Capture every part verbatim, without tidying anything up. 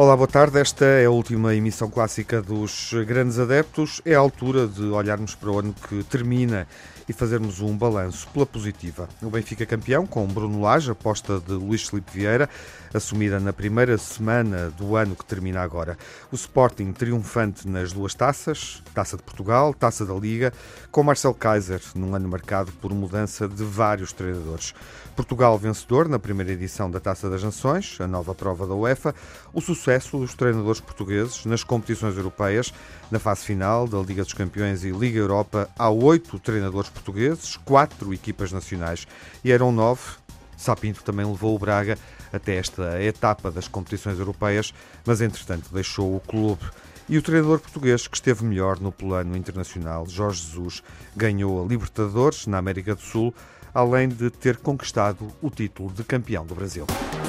Olá, boa tarde. Esta é a última emissão clássica dos Grandes Adeptos. É a altura de olharmos para o ano que termina e fazermos um balanço pela positiva. O Benfica campeão, com Bruno Lage, aposta de Luís Filipe Vieira, assumida na primeira semana do ano que termina agora. O Sporting triunfante nas duas taças, Taça de Portugal, Taça da Liga, com Marcel Kaiser, num ano marcado por mudança de vários treinadores. Portugal vencedor na primeira edição da Taça das Nações, a nova prova da UEFA, o sucesso dos treinadores portugueses nas competições europeias. Na fase final da Liga dos Campeões e Liga Europa, há oito treinadores portugueses, quatro equipas nacionais e eram nove. Sapinto também levou o Braga até esta etapa das competições europeias, mas entretanto deixou o clube. E o treinador português que esteve melhor no plano internacional, Jorge Jesus, ganhou a Libertadores na América do Sul, além de ter conquistado o título de campeão do Brasil.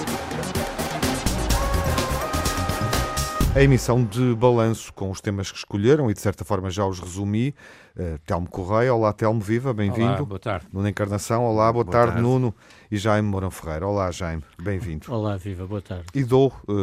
A emissão de balanço com os temas que escolheram e de certa forma já os resumi. Uh, Telmo Correia, olá Telmo, viva, bem-vindo. Olá, boa tarde. Nuno Encarnação, olá, boa, boa tarde, tarde Nuno. E Jaime Mourão Ferreira, olá Jaime, bem-vindo. Olá, viva, boa tarde. E dou uh,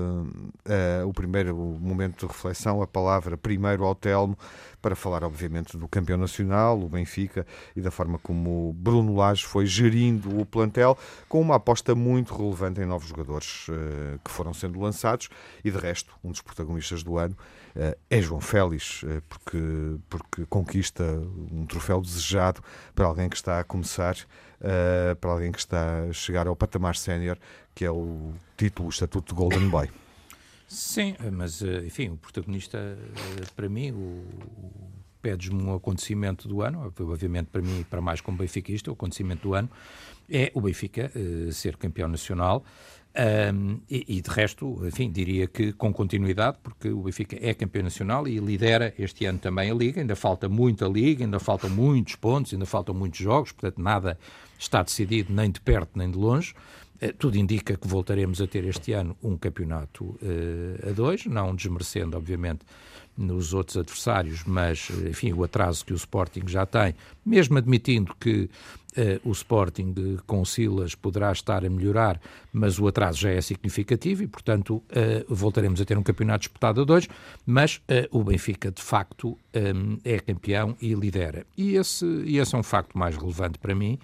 uh, o primeiro momento de reflexão, a palavra primeiro ao Telmo, para falar obviamente do campeão nacional, o Benfica, e da forma como Bruno Lage foi gerindo o plantel, com uma aposta muito relevante em novos jogadores uh, que foram sendo lançados, e de resto, um dos protagonistas do ano uh, é João Félix, uh, porque, porque conquista um troféu desejado para alguém que está a começar, uh, para alguém que está a chegar ao patamar sénior, que é o título, o estatuto de Golden Boy. Sim, mas, enfim, o protagonista, para mim, o, pedes-me um acontecimento do ano, obviamente para mim e para mais como benfiquista, o acontecimento do ano é o Benfica uh, ser campeão nacional. Um, e, e de resto, enfim, diria que com continuidade, porque o Benfica é campeão nacional e lidera este ano também a Liga. Ainda falta muito a Liga, ainda faltam muitos pontos, ainda faltam muitos jogos, portanto nada está decidido nem de perto nem de longe. Uh, tudo indica que voltaremos a ter este ano um campeonato uh, a dois, não desmerecendo, obviamente, nos outros adversários, mas, enfim, o atraso que o Sporting já tem, mesmo admitindo que uh, o Sporting de, com Silas poderá estar a melhorar, mas o atraso já é significativo e, portanto, uh, voltaremos a ter um campeonato disputado a dois, mas uh, o Benfica, de facto, um, é campeão e lidera. E esse, e esse é um facto mais relevante para mim,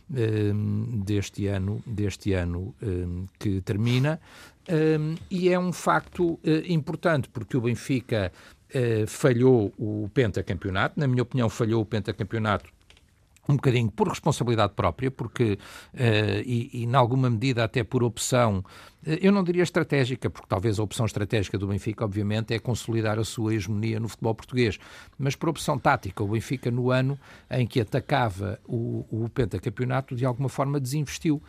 um, deste ano, deste ano um, que termina, um, e é um facto uh, importante, porque o Benfica Uh, falhou o pentacampeonato, na minha opinião falhou o pentacampeonato um bocadinho por responsabilidade própria, porque, uh, e, e em alguma medida até por opção, uh, eu não diria estratégica, porque talvez a opção estratégica do Benfica, obviamente, é consolidar a sua hegemonia no futebol português, mas por opção tática, o Benfica no ano em que atacava o, o pentacampeonato, de alguma forma desinvestiu.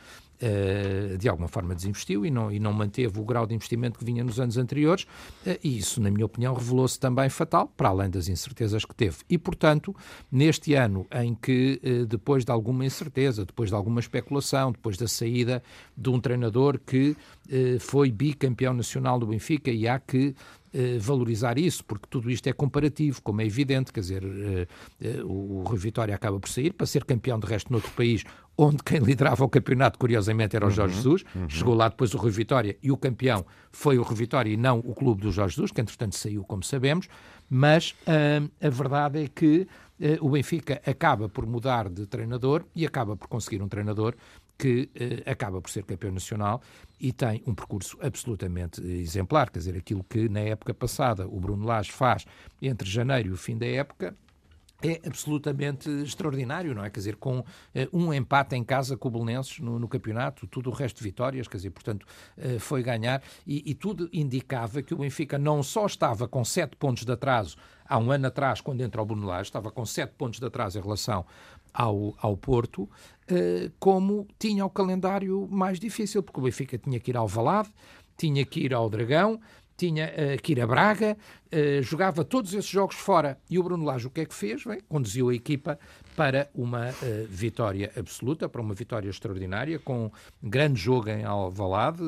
Uh, de alguma forma desinvestiu e não, e não manteve o grau de investimento que vinha nos anos anteriores, uh, e isso, na minha opinião, revelou-se também fatal, para além das incertezas que teve. E, portanto, neste ano em que, uh, depois de alguma incerteza, depois de alguma especulação, depois da saída de um treinador que uh, foi bicampeão nacional do Benfica, e há que Uh, valorizar isso, porque tudo isto é comparativo, como é evidente, quer dizer, uh, uh, o Rui Vitória acaba por sair para ser campeão de resto noutro país, onde quem liderava o campeonato, curiosamente, era o Jorge uhum, Jesus. Uhum. Chegou lá depois o Rui Vitória e o campeão foi o Rui Vitória e não o clube do Jorge Jesus, que entretanto saiu, como sabemos, mas uh, a verdade é que uh, o Benfica acaba por mudar de treinador e acaba por conseguir um treinador que eh, acaba por ser campeão nacional e tem um percurso absolutamente exemplar, quer dizer, aquilo que na época passada o Bruno Lage faz entre janeiro e o fim da época é absolutamente extraordinário, não é? Quer dizer, com eh, um empate em casa com o Belenenses no, no campeonato, tudo o resto de vitórias, quer dizer, portanto, eh, foi ganhar e, e tudo indicava que o Benfica não só estava com sete pontos de atraso há um ano atrás, quando entra o Bruno Lage, estava com sete pontos de atraso em relação ao, ao Porto, eh, como tinha o calendário mais difícil, porque o Benfica tinha que ir ao Alvalade, tinha que ir ao Dragão, tinha uh, que ir a Braga, uh, jogava todos esses jogos fora. E o Bruno Lage o que é que fez? Bem, conduziu a equipa para uma uh, vitória absoluta, para uma vitória extraordinária, com grande jogo em Alvalade. Uh,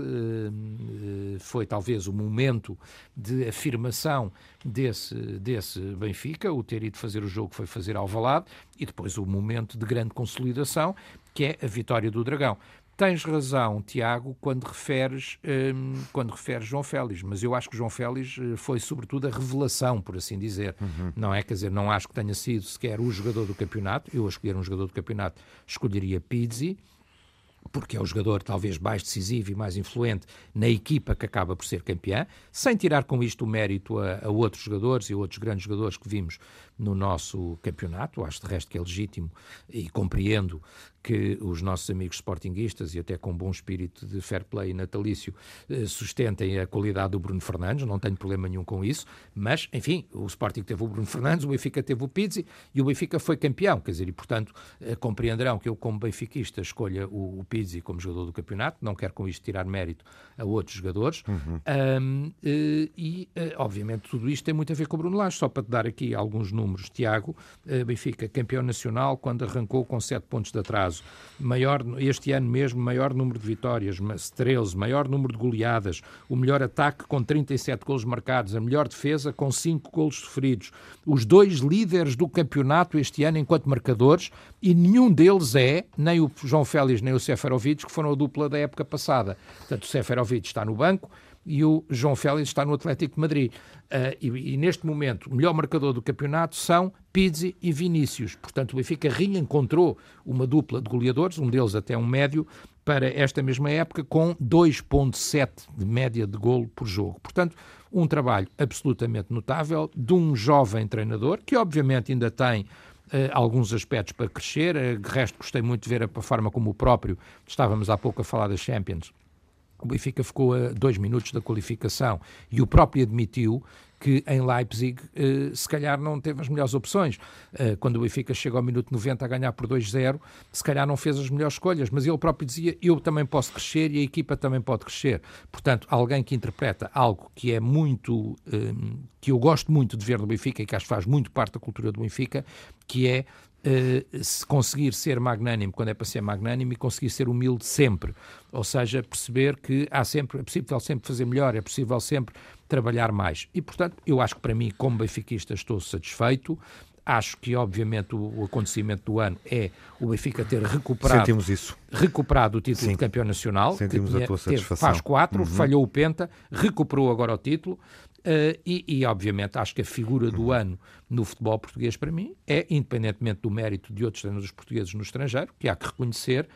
uh, foi talvez o momento de afirmação desse, desse Benfica. O ter ido fazer o jogo foi fazer Alvalade, e depois o momento de grande consolidação, que é a vitória do Dragão. Tens razão, Tiago, quando referes, hum, quando referes João Félix, mas eu acho que João Félix foi sobretudo a revelação, por assim dizer. Uhum. Não é? Quer dizer, não acho que tenha sido sequer o jogador do campeonato. Eu, a escolher um jogador do campeonato, escolheria Pizzi, porque é o jogador talvez mais decisivo e mais influente na equipa que acaba por ser campeã, sem tirar com isto o mérito a, a outros jogadores e a outros grandes jogadores que vimos no nosso campeonato. Acho de resto que é legítimo e compreendo que os nossos amigos sportinguistas, e até com bom espírito de fair play natalício, sustentem a qualidade do Bruno Fernandes, não tenho problema nenhum com isso, mas, enfim, o Sporting teve o Bruno Fernandes, o Benfica teve o Pizzi e o Benfica foi campeão, quer dizer, e portanto compreenderão que eu, como benfiquista, escolha o, o Pizzi como jogador do campeonato, não quero com isto tirar mérito a outros jogadores, uhum. um, e, obviamente, tudo isto tem muito a ver com o Bruno Lage. Só para te dar aqui alguns números, Tiago, Benfica campeão nacional quando arrancou com sete pontos de atraso. Maior, este ano mesmo, maior número de vitórias, treze, maior número de goleadas, o melhor ataque com trinta e sete golos marcados, a melhor defesa com cinco golos sofridos, os dois líderes do campeonato este ano enquanto marcadores, e nenhum deles é, nem o João Félix nem o Seferovic, que foram a dupla da época passada. Portanto, o Seferovic está no banco e o João Félix está no Atlético de Madrid. Uh, e, e neste momento, o melhor marcador do campeonato são Pizzi e Vinícius. Portanto, o Benfica reencontrou uma dupla de goleadores, um deles até um médio, para esta mesma época, com dois vírgula sete de média de golo por jogo. Portanto, um trabalho absolutamente notável de um jovem treinador, que obviamente ainda tem Uh, alguns aspectos para crescer. Uh, de resto, gostei muito de ver a, a forma como o próprio, estávamos há pouco a falar das Champions, o Benfica ficou a dois minutos da qualificação e o próprio admitiu que em Leipzig uh, se calhar não teve as melhores opções. Uh, quando o Benfica chega ao minuto noventa a ganhar por dois zero, se calhar não fez as melhores escolhas, mas ele próprio dizia, eu também posso crescer e a equipa também pode crescer. Portanto, alguém que interpreta algo que é muito, um, que eu gosto muito de ver no Benfica e que acho que faz muito parte da cultura do Benfica, que é Uh, se conseguir ser magnânimo quando é para ser magnânimo e conseguir ser humilde sempre, ou seja, perceber que há sempre, é possível sempre fazer melhor, é possível sempre trabalhar mais. E, portanto, eu acho que para mim, como benfiquista, estou satisfeito. Acho que, obviamente, o, o acontecimento do ano é o Benfica ter recuperado, Sentimos isso. recuperado o título Sim. de campeão nacional. Sentimos que a tua satisfação. Faz quatro, uhum. falhou o penta, recuperou agora o título. Uh, e, e, obviamente, acho que a figura do uhum. ano no futebol português, para mim, é, independentemente do mérito de outros treinadores portugueses no estrangeiro, que há que reconhecer,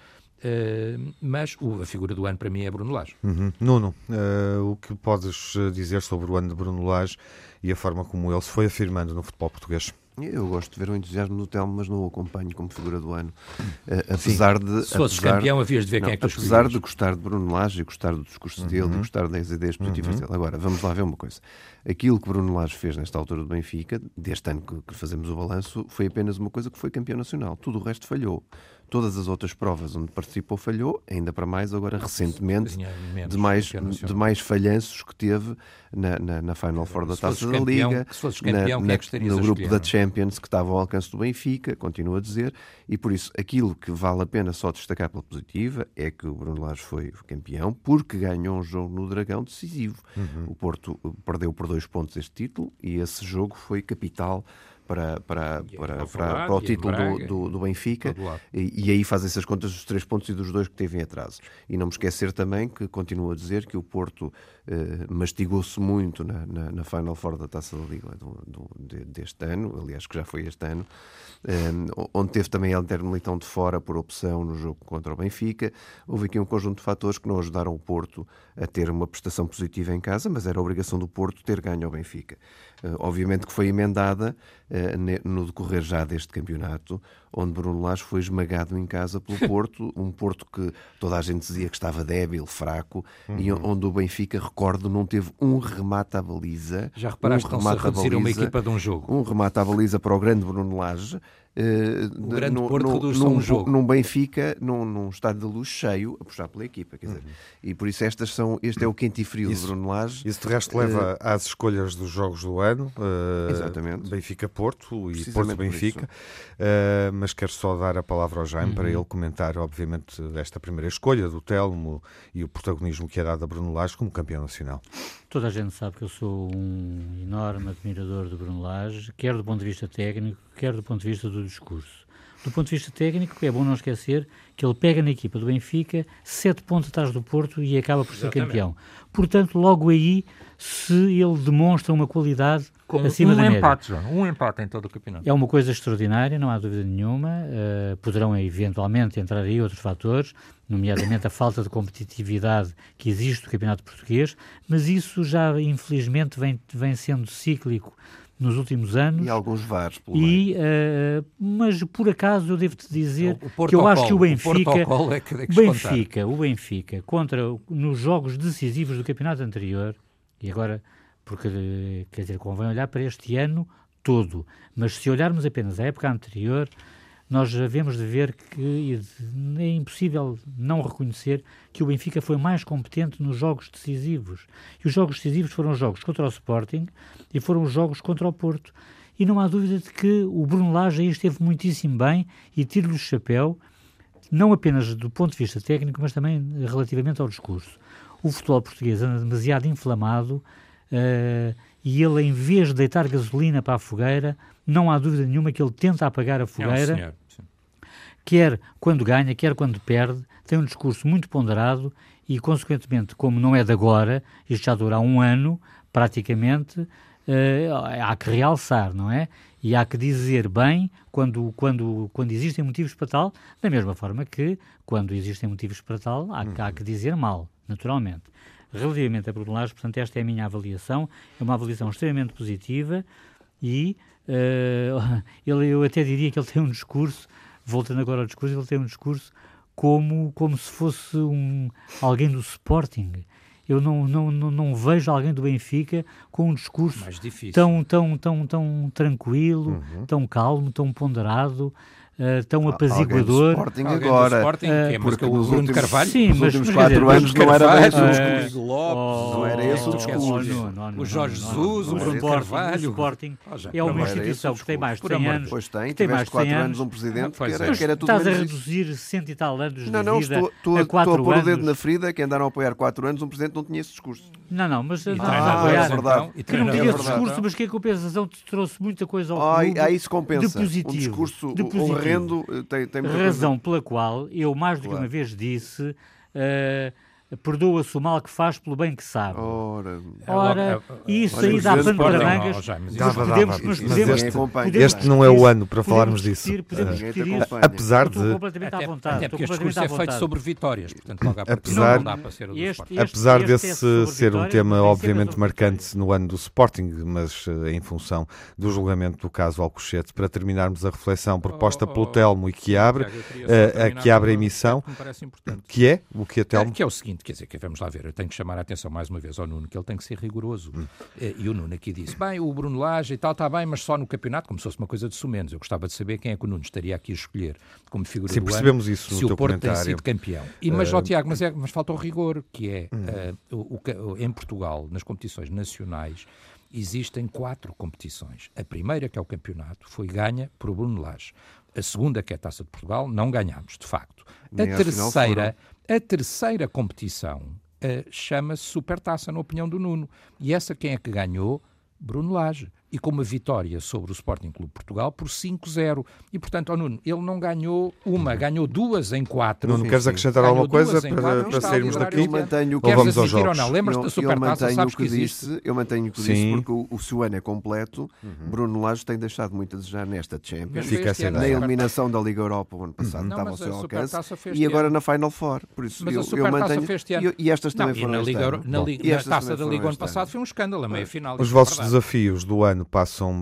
uh, mas o, a figura do ano, para mim, é Bruno Lage. Uhum. Nuno, uh, o que podes dizer sobre o ano de Bruno Lage e a forma como ele se foi afirmando no futebol português? Eu gosto de ver o entusiasmo do Telmo, mas não o acompanho como figura do ano. Uh, apesar Sim. de. Se fosses apesar, campeão, havias de ver não, quem é que tu Apesar escolhias. de gostar de Bruno Lage e gostar do discurso uhum. dele, de gostar das ideias positivas uhum. dele. Agora, vamos lá ver uma coisa. Aquilo que Bruno Lage fez nesta altura do Benfica, deste ano que, que fazemos o balanço, foi apenas uma coisa que foi campeão nacional. Tudo o resto falhou. Todas as outras provas onde participou falhou, ainda para mais agora recentemente, de mais, de mais falhanços que teve na, na, na Final Four da Taça da Liga, campeão, na, na, é no grupo da Champions que estava ao alcance do Benfica, continuo a dizer, e por isso aquilo que vale a pena só destacar pela positiva é que o Bruno Lage foi campeão porque ganhou um jogo no Dragão decisivo. Uhum. O Porto perdeu por dois pontos este título e esse jogo foi capital para, para, para, para, para o título do, do, do Benfica e, e aí fazem-se as contas dos três pontos e dos dois que teve em atraso. E não me esquecer também que continuo a dizer que o Porto eh, mastigou-se muito na, na, na Final Four da Taça da Liga do, do, de, deste ano, aliás que já foi este ano, eh, onde teve também Hélder Militão de fora por opção no jogo contra o Benfica. Houve aqui um conjunto de fatores que não ajudaram o Porto a ter uma prestação positiva em casa, mas era a obrigação do Porto ter ganho ao Benfica. Uh, obviamente que foi emendada uh, ne, no decorrer já deste campeonato, onde Bruno Lage foi esmagado em casa pelo Porto, um Porto que toda a gente dizia que estava débil, fraco, uhum. e onde o Benfica, recordo, não teve um remate à baliza. Já reparaste um que não se reduzir uma equipa de um jogo? Um remate à baliza para o grande Bruno Lage. Uh, o grande no, Porto reduz-se num, um jogo. Num Benfica, num, num estádio de luz cheio, a puxar pela equipa. Quer dizer, uhum. E por isso estas são, este é o quente e frio isso, de Bruno Lage. Isso de resto leva uh, às escolhas dos jogos do ano. Uh, exatamente. Benfica-Porto e Porto-Benfica. Uh, mas quero só dar a palavra ao Jaime uhum. para ele comentar, obviamente, esta primeira escolha do Telmo e o protagonismo que é dado a Bruno Lage como campeão nacional. Toda a gente sabe que eu sou um enorme admirador de Bruno Lage, quer do ponto de vista técnico, quer do ponto de vista do discurso. do ponto de vista técnico, é bom não esquecer que ele pega na equipa do Benfica sete pontos atrás do Porto e acaba por ser Exatamente. campeão. Portanto, logo aí, se ele demonstra uma qualidade Com acima um da média. empate, João, um empate em todo o campeonato. É uma coisa extraordinária, não há dúvida nenhuma. Uh, poderão eventualmente entrar aí outros fatores, nomeadamente a falta de competitividade que existe no campeonato português, mas isso já, infelizmente, vem, vem sendo cíclico nos últimos anos. E alguns V A Rs pelo E, uh, mas, por acaso, eu devo-te dizer o que eu acho que o Benfica, o é que o Benfica, o Benfica, contra, nos jogos decisivos do campeonato anterior, e agora, porque, quer dizer, convém olhar para este ano todo, mas se olharmos apenas à época anterior, nós havemos de ver que é impossível não reconhecer que o Benfica foi mais competente nos jogos decisivos. E os jogos decisivos foram os jogos contra o Sporting e foram os jogos contra o Porto. E não há dúvida de que o Bruno Lage aí esteve muitíssimo bem e tiro-lhe o chapéu, não apenas do ponto de vista técnico, mas também relativamente ao discurso. O futebol português anda demasiado inflamado uh, e ele, em vez de deitar gasolina para a fogueira, não há dúvida nenhuma que ele tenta apagar a fogueira, é um quer quando ganha, quer quando perde, tem um discurso muito ponderado e, consequentemente, como não é de agora, isto já dura um ano, praticamente, uh, há que realçar, não é? E há que dizer bem quando, quando, quando existem motivos para tal, da mesma forma que, quando existem motivos para tal, há, há que dizer mal, naturalmente. Relativamente a Bruno Lage, portanto, esta é a minha avaliação, é uma avaliação extremamente positiva e uh, ele, eu até diria que ele tem um discurso, voltando agora ao discurso, ele tem um discurso como, como se fosse um, alguém do Sporting. Eu não, não, não, não vejo alguém do Benfica com um discurso tão, tão, tão, tão tranquilo, uhum. tão calmo, tão ponderado, uh, tão apaziguador. Sporting agora, do Sporting, uh, que é porque o nos Bruno últimos, Carvalho, sim, nos mas, últimos mas, quatro dizer, anos não era bem esse o Carvalho, discurso. Lopes, não era esse o discurso. O Jorge Jesus, o Bruno Carvalho. O Sporting é uma instituição que tem mais de cem anos. Pois tem, tem mais de quatro anos um presidente que era, que era tudo estás a menos reduzir cento e tal anos não, de não, vida estou, estou, a quatro estou a pôr anos. o dedo na ferida que andaram a apoiar quatro anos, um presidente não tinha esse discurso. Não, não, mas não, ah, não, é apoiar, verdade. que não tinha esse discurso, mas que a compensação te trouxe muita coisa ao ah, clube aí se compensa. de positivo. Um discurso de positivo. horrendo tem, tem muita razão coisa. Pela qual eu mais do claro. que uma vez disse uh, perdoa-se o mal que faz pelo bem que sabe. Ora, Ora isso aí dá pano para mangas. Este não é o ano para falarmos disso. Apesar de... Até porque este discurso é feito sobre vitórias. Portanto, logo apesar, não dá para ser o do Sporting. Apesar desse ser um tema obviamente marcante no ano do Sporting, mas em função do julgamento do caso Alcochete, para terminarmos a reflexão proposta pelo Telmo e que abre, que abre a emissão, que é o que a Telmo... Que é o seguinte, quer dizer, que vamos lá ver, eu tenho que chamar a atenção mais uma vez ao Nuno, que ele tem que ser rigoroso. Hum. E o Nuno aqui disse, bem, o Bruno Lage e tal, está bem, mas só no campeonato, como se fosse uma coisa de sumenos. Eu gostava de saber quem é que o Nuno estaria aqui a escolher como figura Sim, do percebemos ano, isso no se teu o Porto comentário. tem sido campeão. E, mas, uh... ó, Tiago, mas, é, mas falta o rigor, que é, hum. uh, o, o, em Portugal, nas competições nacionais, existem quatro competições. A primeira, que é o campeonato, foi ganha por Bruno Lage. A segunda, que é a Taça de Portugal, não ganhámos, de facto. A Nem terceira, a terceira competição uh, chama-se Supertaça, na opinião do Nuno. E essa quem é que ganhou? Bruno Lage. E com uma vitória sobre o Sporting Clube Portugal por cinco zero. E, portanto, oh Nuno, ele não ganhou uma, ganhou duas em quatro. Nuno, queres acrescentar alguma coisa para, para, para sairmos daqui? Eu mantenho ou vamos aos jogos? Ou não? Lembras-te da Supertaça? Sabes que, que disse, eu mantenho o que Sim. disse, porque o, o seu ano é completo. Uhum. Bruno Lage tem deixado muito a desejar nesta Champions. Fica assim, na eliminação da Liga Europa o ano passado, não, estava ao seu alcance. E ano. agora na Final Four. Por isso mas eu, a Supertaça eu fez este ano. E, e estas também não, foram na, Liga, ano. na, Liga, na Taça da Liga ano passado foi um escândalo, a meia-final. Os vossos desafios do ano passam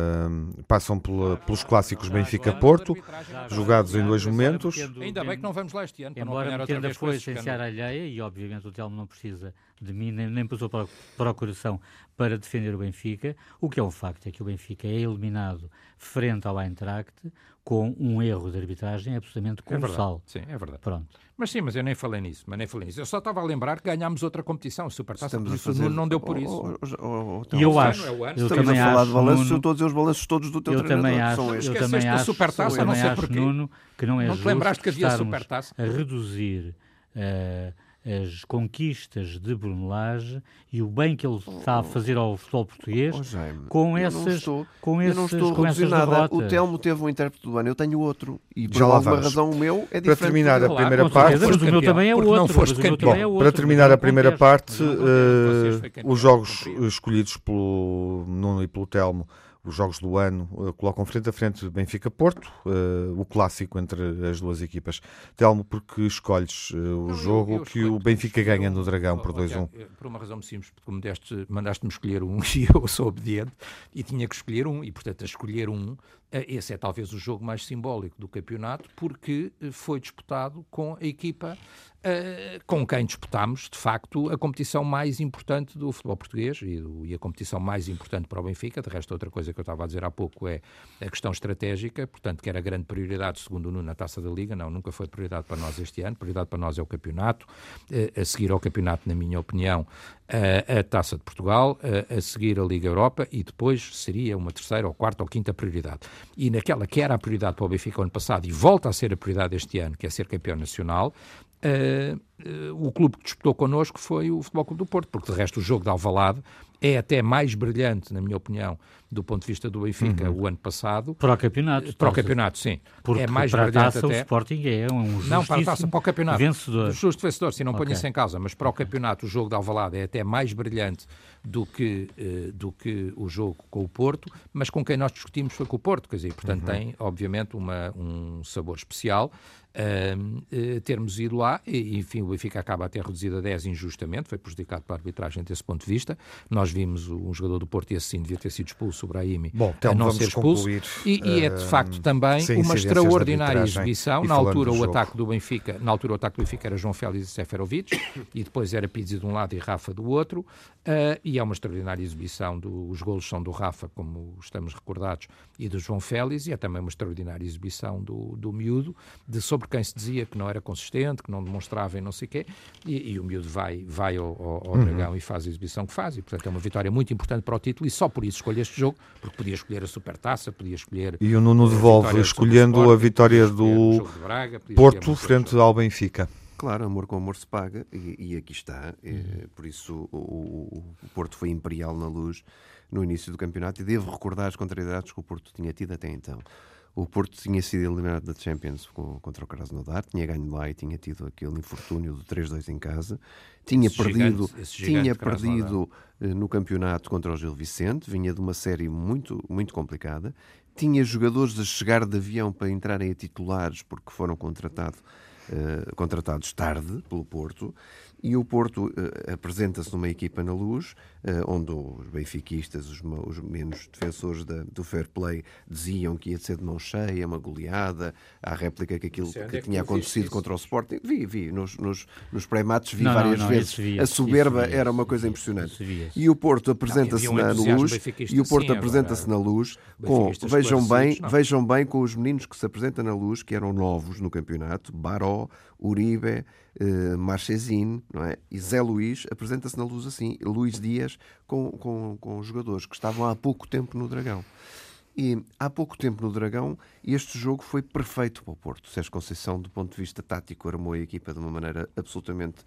passam pela, pelos clássicos Benfica-Porto, jogados em dois momentos. Ainda bem que não vamos lá este ano, para não embora apanhar outra vez foi essenciar a alheia, e obviamente o Telmo não precisa de mim, nem, nem passou para, para o coração para defender o Benfica. O que é um facto é que o Benfica é eliminado frente ao Eintracht com um erro de arbitragem absolutamente colossal. É sim, é verdade. Pronto. Mas sim, mas eu nem falei nisso, mas nem falei nisso. Eu só estava a lembrar que ganhámos outra competição, a Supertaça, por isso fazer... o Nuno não deu por isso. Oh, oh, oh, oh, e eu acho, é eu estamos também a falar acho, de balanços, Nuno, eu estou a dizer os balanços todos do teu eu treinador. Também acho, são eu estes. também acho, Supertaça, eu não também sei acho, porquê. Nuno, que não é não justo te lembraste que havia estarmos Supertaça? a reduzir uh, as conquistas de Bruno Lage e o bem que ele está a fazer ao futebol português oh, Jaime, com essas, estou, com eu esses, não estou com essas nada. derrotas. O Telmo teve um intérprete do ano, eu tenho outro. E por Já lá alguma vamos. razão o meu é diferente. Para terminar a Claro, primeira com parte... certeza, mas o meu também é Porque outro. não foste mas o meu campeão. também é Bom, outro, para mas terminar eu não a primeira contesto, parte, mas eu não contesto. Vocês eh, foi campeão, os jogos compreendo. escolhidos pelo Nuno e pelo Telmo, os jogos do ano, eh, colocam frente a frente Benfica-Porto, eh, o clássico entre as duas equipas. Telmo, porque escolhes eh, o Não, jogo eu- eu que escolho- o Benfica escolho ganha um- no Dragão oh, por oh, dois a um? Tiago, por uma razão muito simples, porque me deste, mandaste-me escolher um e eu sou obediente e tinha que escolher um, e portanto a escolher um, eh, esse é talvez o jogo mais simbólico do campeonato, porque eh, foi disputado com a equipa eh, com quem disputámos, de facto, a competição mais importante do futebol português e, do- e a competição mais importante para o Benfica. De resto, outra coisa que eu estava a dizer há pouco é a questão estratégica, portanto, que era a grande prioridade, segundo o Nuno, na Taça da Liga. Não, nunca foi prioridade para nós este ano. Prioridade para nós é o campeonato, eh, a seguir ao campeonato, na minha opinião, a, a Taça de Portugal, a, a seguir a Liga Europa e depois seria uma terceira ou quarta ou quinta prioridade. E naquela que era a prioridade para o Benfica ano passado e volta a ser a prioridade este ano, que é ser campeão nacional, Uh, uh, o clube que disputou connosco foi o Futebol Clube do Porto, porque de resto o jogo de Alvalade é até mais brilhante, na minha opinião, do ponto de vista do Benfica, uhum. o ano passado. Para o campeonato. Para o campeonato, sim. Porque é mais para a brilhante taça até. o Sporting é um justíssimo Não, para a taça, para o campeonato. Vencedor. Justo vencedor, sim, não Okay. ponha-se em causa, mas para o campeonato o jogo de Alvalade é até mais brilhante do que, uh, do que o jogo com o Porto, mas com quem nós discutimos foi com o Porto, quer dizer, portanto uhum. tem, obviamente, uma, um sabor especial. Uh, uh, termos ido lá, e enfim, o Benfica acaba até reduzido a dez injustamente, foi prejudicado pela arbitragem desse ponto de vista. Nós vimos um jogador do Porto, e esse sim devia ter sido expulso, o Brahimi, Bom, então a não vamos ser expulso. concluir, E, e é de facto também uma extraordinária exibição. Na altura o ataque do Benfica, na altura o ataque do Benfica era João Félix e Seferovic, e depois era Pizzi de um lado e Rafa do outro, uh, e é uma extraordinária exibição. Do, os golos são do Rafa, como estamos recordados, e do João Félix, e é também uma extraordinária exibição do, do Miúdo, de sobre quem se dizia que não era consistente, que não demonstrava e não sei o quê, e, e o Miúdo vai, vai ao, ao, ao Dragão uhum. e faz a exibição que faz, e portanto é uma vitória muito importante para o título, e só por isso escolhe este jogo, porque podia escolher a Supertaça, podia escolher... E o Nuno devolve, escolhendo Sport, a vitória do Braga, Porto frente ao Benfica. Claro, amor com amor se paga, e, e aqui está, uhum. é, por isso o, o, o Porto foi imperial na Luz no início do campeonato, e devo recordar as contrariedades que o Porto tinha tido até então. O Porto tinha sido eliminado da Champions com, contra o Krasnodar, tinha ganho lá e tinha tido aquele infortúnio do três dois em casa, tinha esse perdido, gigante, gigante tinha perdido uh, no campeonato contra o Gil Vicente, vinha de uma série muito, muito complicada, tinha jogadores a chegar de avião para entrarem a titulares porque foram contratado, uh, contratados tarde pelo Porto, e o Porto uh, apresenta-se numa equipa na Luz, uh, onde os benfiquistas, os, os menos defensores da, do fair play, diziam que ia ser de mão cheia, uma goleada, à réplica que aquilo que, que tinha acontecido contra o Sporting. Vi, vi, nos, nos, nos pré-matos vi não, várias não, não, vezes. Via, a soberba via, era uma coisa impressionante. E o Porto apresenta-se na Luz, e o Porto apresenta-se na Luz, com, vejam bem, vejam bem com os meninos que se apresentam na Luz, que eram novos no campeonato, Baró, Uribe, Uh, Marchesín, não é? E Zé Luís apresenta-se na Luz assim, Luís Dias, com, com, com jogadores que estavam há pouco tempo no Dragão. E há pouco tempo no Dragão, este jogo foi perfeito para o Porto. Sérgio Conceição, do ponto de vista tático, armou a equipa de uma maneira absolutamente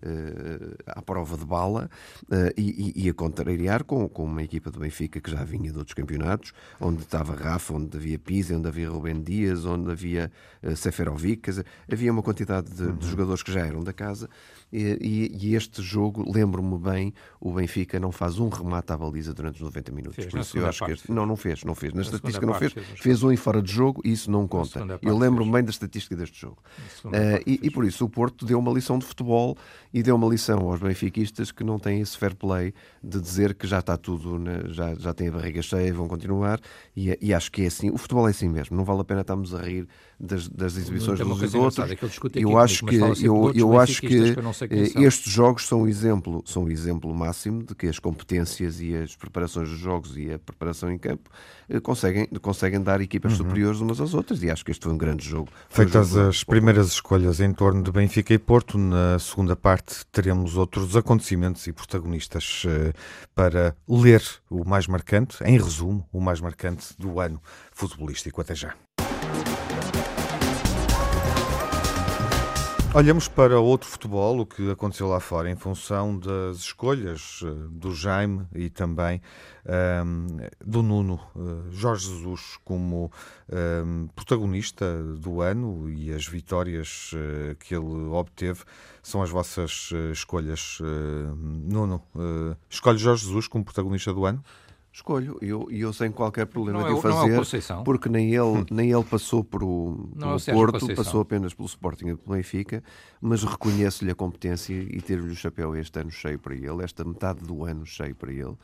uh, à prova de bala uh, e, e a contrariar com, com uma equipa do Benfica que já vinha de outros campeonatos, onde estava Rafa, onde havia Pizzi, onde havia Rubén Dias, onde havia uh, Seferovic, quer dizer, havia uma quantidade de, de jogadores que já eram da casa. E, e, e este jogo, lembro-me bem, o Benfica não faz um remate à baliza durante os noventa minutos. Fez, Por isso eu acho parte, que este, não, não fez, não fez. Na, na estatística não fez, fez, fez um em fora de jogo e isso não conta. Eu lembro-me bem da estatística deste jogo. Uh, e, e por isso o Porto deu uma lição de futebol e deu uma lição aos benfiquistas que não têm esse fair play de dizer que já está tudo, né, já, já tem a barriga cheia e vão continuar. E, e acho que é assim. O futebol é assim mesmo. Não vale a pena estarmos a rir das, das exibições dos outros. Eu acho que, eu, eu acho que estes jogos são um exemplo, são um exemplo máximo de que as competências e as preparações dos jogos e a preparação em campo eh, conseguem, conseguem dar equipas uhum. superiores umas às outras, e acho que este foi um grande jogo. Feitas um jogo as primeiras escolhas em torno de Benfica e Porto, na segunda parte teremos outros acontecimentos e protagonistas eh, para ler o mais marcante, em resumo, o mais marcante do ano futebolístico. Até já. Olhamos para outro futebol, o que aconteceu lá fora, em função das escolhas do Jaime e também um, do Nuno. Uh, Jorge Jesus como um, protagonista do ano e as vitórias uh, que ele obteve são as vossas uh, escolhas. Uh, Nuno, uh, escolhe Jorge Jesus como protagonista do ano? Escolho, e eu, eu sem qualquer problema não de é, o fazer, é o porque nem ele, hum. nem ele passou por o, pelo é Porto, Conceição. Passou apenas pelo Sporting e pelo Benfica, mas reconheço-lhe a competência e ter-lhe o chapéu este ano cheio para ele, esta metade do ano cheio para ele, uh,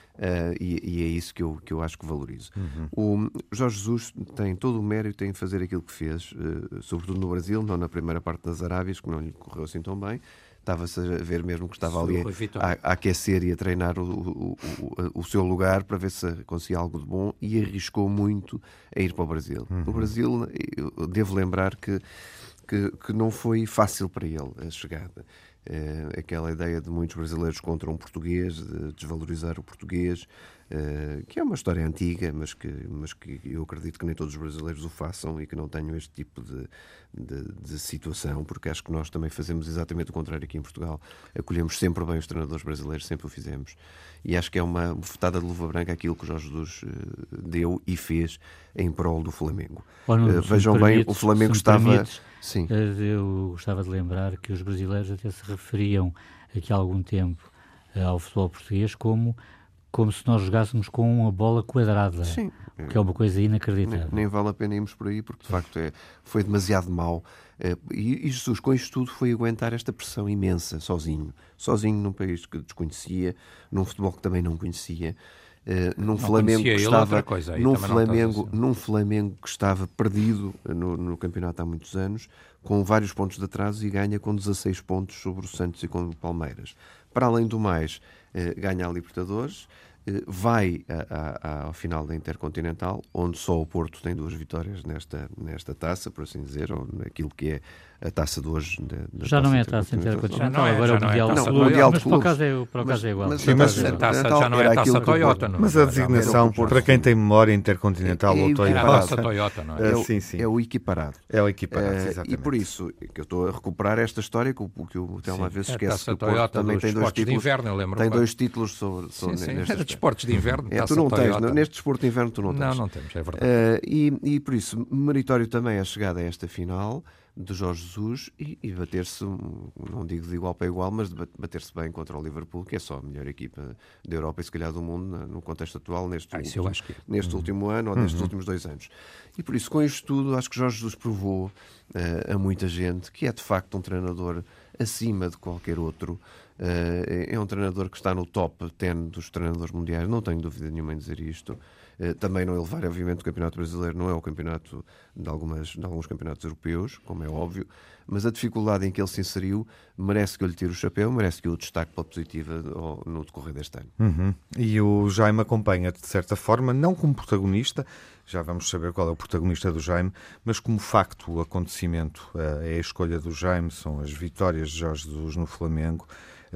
e, e é isso que eu, que eu acho que valorizo. Uhum. O Jorge Jesus tem todo o mérito em fazer aquilo que fez, uh, sobretudo no Brasil, não na primeira parte das Arábias, que não lhe correu assim tão bem. Estava-se a ver mesmo que estava ali a, a aquecer e a treinar o, o, o, o seu lugar para ver se conseguia algo de bom, e arriscou muito a ir para o Brasil. Uhum. No Brasil, eu devo lembrar que, que, que não foi fácil para ele a chegada. É, aquela ideia de muitos brasileiros contra um português, de desvalorizar o português, é, que é uma história antiga, mas que, mas que eu acredito que nem todos os brasileiros o façam e que não tenham este tipo de, de, de situação, porque acho que nós também fazemos exatamente o contrário aqui em Portugal. Acolhemos sempre bem os treinadores brasileiros, sempre o fizemos. E acho que é uma bufetada de luva branca aquilo que o Jorge Jesus uh, deu e fez em prol do Flamengo. Oh, não, uh, vejam bem, permites, o Flamengo estava... Permites, Sim. Eu gostava de lembrar que os brasileiros até se referiam aqui há algum tempo ao futebol português como, como se nós jogássemos com uma bola quadrada. Sim. Que é uma coisa inacreditável. Nem, nem vale a pena irmos por aí, porque de facto é, foi demasiado mau. E, e Jesus, com isto tudo, foi aguentar esta pressão imensa, sozinho. Sozinho num país que desconhecia, num futebol que também não conhecia. Uh, num, Flamengo que estava, coisa, num, Flamengo, num Flamengo que estava perdido no, no campeonato há muitos anos, com vários pontos de atraso, e ganha com dezasseis pontos sobre o Santos e com o Palmeiras. Para além do mais, uh, ganha a Libertadores, uh, vai a, a, ao final da Intercontinental, onde só o Porto tem duas vitórias nesta, nesta taça, por assim dizer, ou naquilo que é a taça de hoje. De, de já taça não é a taça Intercontinental, agora é o Mundial, não, o Mundial de Clubes. Mas por acaso é, por acaso é igual. Mas, mas a taça já não é a taça Toyota, não é? Mas a designação, para quem tem memória, Intercontinental é, é ou Toyota. É a taça Toyota, não é? É o, sim, sim. É o equiparado. É o equiparado, uh, exatamente. E por isso que eu estou a recuperar esta história, que o, que o Telmo às vezes esquece, que o Porto Toyota também tem dois títulos. De inverno, eu lembro tem dois títulos sobre, sobre sim, sim. Era de esportes de inverno. É, tu não tens, neste desporto de inverno tu não tens. Não, não temos, é verdade. Uh, e, e por isso, meritório também a chegada a esta final de Jorge Jesus e, e bater-se, não digo de igual para igual, mas de bater-se bem contra o Liverpool, que é só a melhor equipa da Europa e se calhar do mundo no contexto atual, neste, ah, último, que... neste uhum. último ano ou nestes uhum. últimos dois anos. E por isso, com isto tudo, acho que Jorge Jesus provou uh, a muita gente que é de facto um treinador acima de qualquer outro. Uh, é um treinador que está no top dez dos treinadores mundiais, não tenho dúvida nenhuma em dizer isto. Uh, também não elevar, obviamente, o campeonato brasileiro não é o campeonato de, algumas, de alguns campeonatos europeus, como é óbvio, mas a dificuldade em que ele se inseriu merece que eu lhe tire o chapéu, merece que eu o destaque pela positiva no decorrer deste ano. Uhum. E o Jaime acompanha-te, de certa forma, não como protagonista, já vamos saber qual é o protagonista do Jaime, mas como facto, o acontecimento, é a escolha do Jaime, são as vitórias de Jorge Jesus no Flamengo,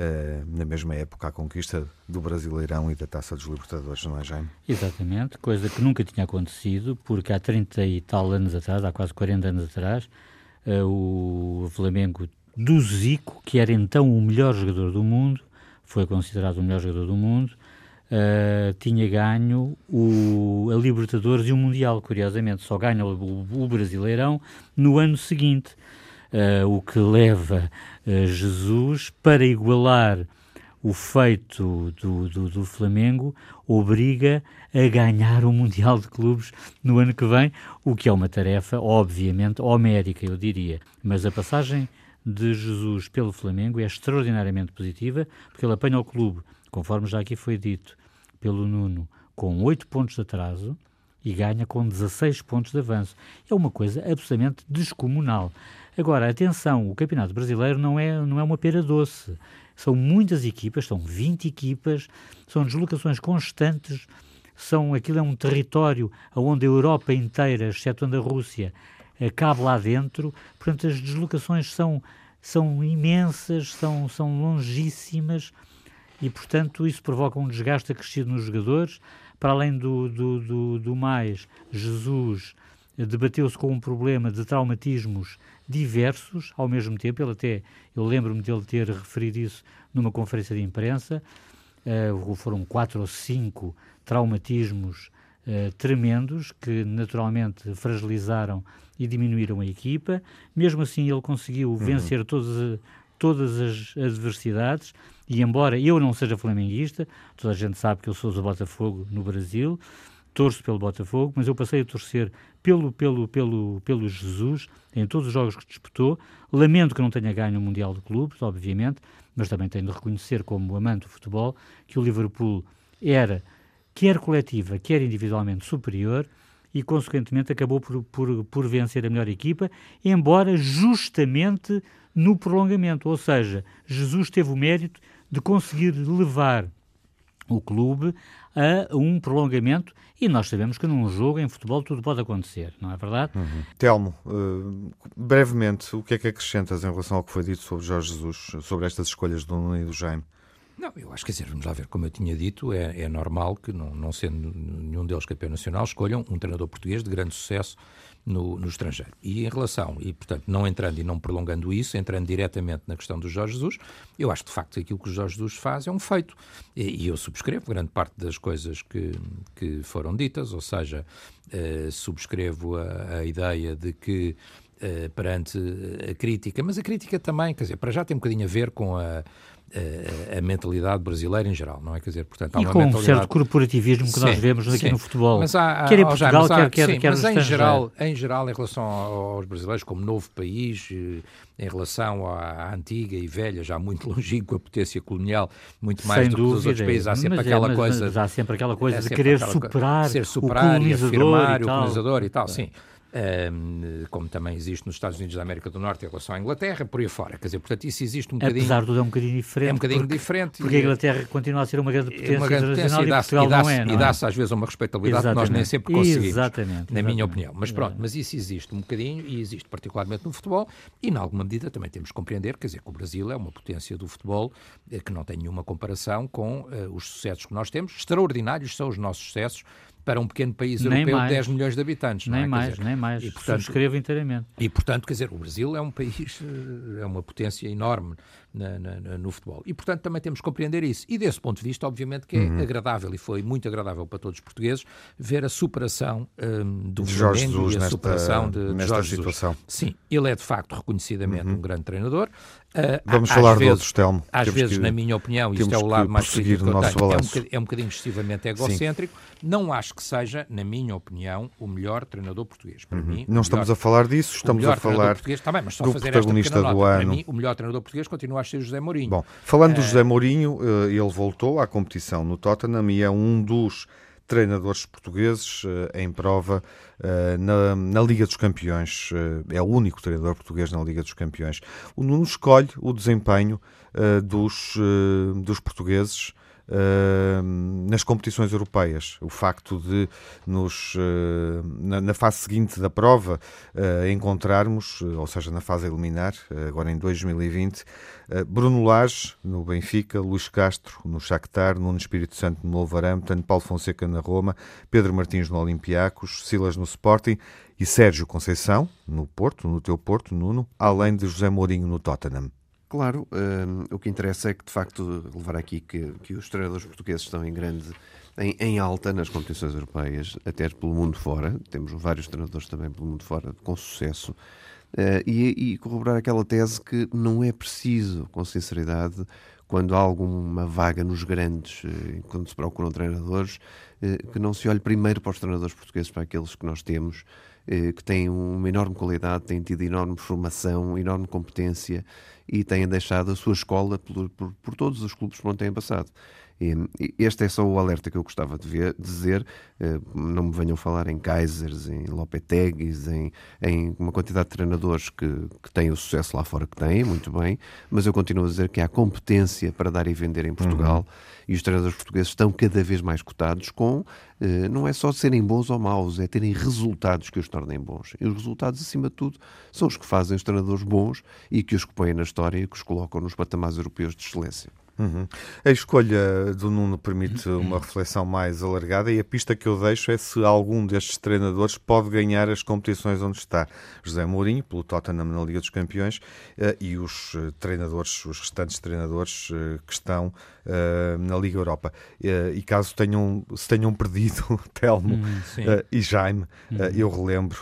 na mesma época a conquista do Brasileirão e da Taça dos Libertadores, não é, Jaime? Exatamente, coisa que nunca tinha acontecido, porque há trinta e tal anos atrás, há quase quarenta anos atrás, uh, o Flamengo do Zico, que era então o melhor jogador do mundo, foi considerado o melhor jogador do mundo, uh, tinha ganho o, a Libertadores e o Mundial, curiosamente, só ganha o, o Brasileirão no ano seguinte. Uh, o que leva uh, Jesus, para igualar o feito do, do, do Flamengo, obriga a ganhar o Mundial de Clubes no ano que vem, o que é uma tarefa, obviamente, homérica, eu diria. Mas a passagem de Jesus pelo Flamengo é extraordinariamente positiva, porque ele apanha o clube, conforme já aqui foi dito pelo Nuno, com oito pontos de atraso e ganha com dezasseis pontos de avanço. É uma coisa absolutamente descomunal. Agora, atenção, o Campeonato Brasileiro não é, não é uma pera doce. São muitas equipas, são vinte equipas, são deslocações constantes, são, aquilo é um território onde a Europa inteira, excetuando a Rússia, cabe lá dentro. Portanto, as deslocações são, são imensas, são, são longíssimas e, portanto, isso provoca um desgaste acrescido nos jogadores. Para além do, do, do, do mais, Jesus debateu-se com um problema de traumatismos diversos ao mesmo tempo. Ele até, eu lembro-me dele ter referido isso numa conferência de imprensa. Uh, foram quatro ou cinco traumatismos uh, tremendos que naturalmente fragilizaram e diminuíram a equipa. Mesmo assim ele conseguiu uhum. vencer todas, todas as adversidades, e embora eu não seja flamenguista, toda a gente sabe que eu sou do Botafogo no Brasil, torço pelo Botafogo, mas eu passei a torcer pelo, pelo, pelo, pelo Jesus em todos os jogos que disputou. Lamento que não tenha ganho o Mundial de Clubes, obviamente, mas também tenho de reconhecer, como amante do futebol, que o Liverpool era, quer coletiva, quer individualmente, superior e, consequentemente, acabou por, por, por vencer a melhor equipa, embora justamente no prolongamento. Ou seja, Jesus teve o mérito de conseguir levar o clube a um prolongamento, e nós sabemos que num jogo, em futebol, tudo pode acontecer, não é verdade? Uhum. Telmo, uh, brevemente, o que é que acrescentas em relação ao que foi dito sobre Jorge Jesus, sobre estas escolhas do Nuno e do Jaime? Não, eu acho que, quer dizer, vamos lá ver, como eu tinha dito, é, é normal que, não, não sendo nenhum deles campeão nacional, escolham um treinador português de grande sucesso no, no estrangeiro. E em relação, e portanto, não entrando e não prolongando isso, entrando diretamente na questão do Jorge Jesus, eu acho que, de facto, aquilo que o Jorge Jesus faz é um feito. E, e eu subscrevo grande parte das coisas que, que foram ditas, ou seja, uh, subscrevo a, a ideia de que, uh, perante a crítica, mas a crítica também, quer dizer, para já tem um bocadinho a ver com a A, a mentalidade brasileira em geral, não é? Quer dizer, portanto, há e uma com mentalidade... um certo corporativismo que sim, nós vemos aqui sim. no futebol, mas há, há, quer em Portugal, já, quer, quer, sim, quer mas no em geral, estrangeiro. em geral, em relação aos brasileiros, como novo país, em relação à antiga e velha, já muito longínqua potência colonial, muito mais sem do dúvida, que os outros países, há sempre mas aquela é, mas, coisa... Mas há sempre aquela coisa é de sempre querer superar, ser superar o colonizador e afirmar e o tal. colonizador e tal, sim. Um, como também existe nos Estados Unidos da América do Norte em relação à Inglaterra, por aí fora. Quer dizer, portanto, isso existe um bocadinho... Apesar de tudo é um bocadinho diferente. É um bocadinho porque, diferente. Porque a Inglaterra continua a ser uma grande potência uma grande internacional potência, e, e Portugal dá não é, não E dá-se é? às vezes uma respeitabilidade exatamente. que nós nem sempre conseguimos, exatamente, na exatamente. minha opinião. Mas pronto, mas isso existe um bocadinho e existe particularmente no futebol e, em alguma medida, também temos que compreender, quer dizer, que o Brasil é uma potência do futebol que não tem nenhuma comparação com uh, os sucessos que nós temos. Extraordinários são os nossos sucessos para um pequeno país nem europeu mais. de dez milhões de habitantes. Nem não é? mais, dizer, nem mais. E, portanto, subscrevo inteiramente. E, portanto, quer dizer, o Brasil é um país, é uma potência enorme na, na, no futebol. E, portanto, também temos que compreender isso. E, desse ponto de vista, obviamente, que é uhum. agradável, e foi muito agradável para todos os portugueses, ver a superação um, do Jorge Flamengo Jesus e a nesta, superação de, de nesta Jorge situação. Jesus. Sim, ele é, de facto, reconhecidamente uhum. um grande treinador. Uh, Vamos falar vezes, de outros, Telmo. Às temos vezes, que, na minha opinião, isto é o lado mais crítico que eu tenho, é um, bocadinho, é um bocadinho excessivamente egocêntrico. Sim. Não acho que seja, na minha opinião, o melhor treinador português. Para uhum. mim, não estamos melhor, a falar disso, estamos a falar tá bem, mas só do fazer protagonista esta do nota. ano. Para mim, o melhor treinador português continua a ser José Mourinho. Bom, falando do uh, José Mourinho, ele voltou à competição no Tottenham e é um dos treinadores portugueses uh, em prova uh, na, na Liga dos Campeões. Uh, é o único treinador português na Liga dos Campeões. O Nuno escolhe o desempenho uh, dos, uh, dos portugueses Uh, nas competições europeias. O facto de nos, uh, na, na fase seguinte da prova, uh, encontrarmos, uh, ou seja, na fase a eliminar, uh, agora em dois mil e vinte, uh, Bruno Lage no Benfica, Luís Castro no Shakhtar, Nuno Espírito Santo no Wolverhampton, Paulo Fonseca na Roma, Pedro Martins no Olympiacos, Silas no Sporting e Sérgio Conceição no Porto, no teu Porto, Nuno, além de José Mourinho no Tottenham. Claro, um, o que interessa é que, de facto, levar aqui que, que os treinadores portugueses estão em grande, em, em alta nas competições europeias, até pelo mundo fora. Temos vários treinadores também pelo mundo fora com sucesso. Uh, e, e corroborar aquela tese que não é preciso, com sinceridade, quando há alguma vaga nos grandes, uh, quando se procuram treinadores, uh, que não se olhe primeiro para os treinadores portugueses, para aqueles que nós temos, que têm uma enorme qualidade, têm tido enorme formação, enorme competência e têm deixado a sua escola por, por, por todos os clubes por onde têm passado. E este é só o alerta que eu gostava de ver, dizer. Não me venham falar em Kaisers, em Lopeteguis, em, em uma quantidade de treinadores que, que têm o sucesso lá fora que têm, muito bem, mas eu continuo a dizer que há competência para dar e vender em Portugal uhum. e os treinadores portugueses estão cada vez mais cotados com, não é só serem bons ou maus, é terem resultados que os tornem bons. E os resultados, acima de tudo, são os que fazem os treinadores bons e que os que põem na história e que os colocam nos patamares europeus de excelência. Uhum. A escolha do Nuno permite uma reflexão mais alargada e a pista que eu deixo é se algum destes treinadores pode ganhar as competições onde está. José Mourinho, pelo Tottenham na Liga dos Campeões, e os treinadores, os restantes treinadores que estão na Liga Europa. E caso tenham, se tenham perdido Telmo hum, e Jaime, hum. eu relembro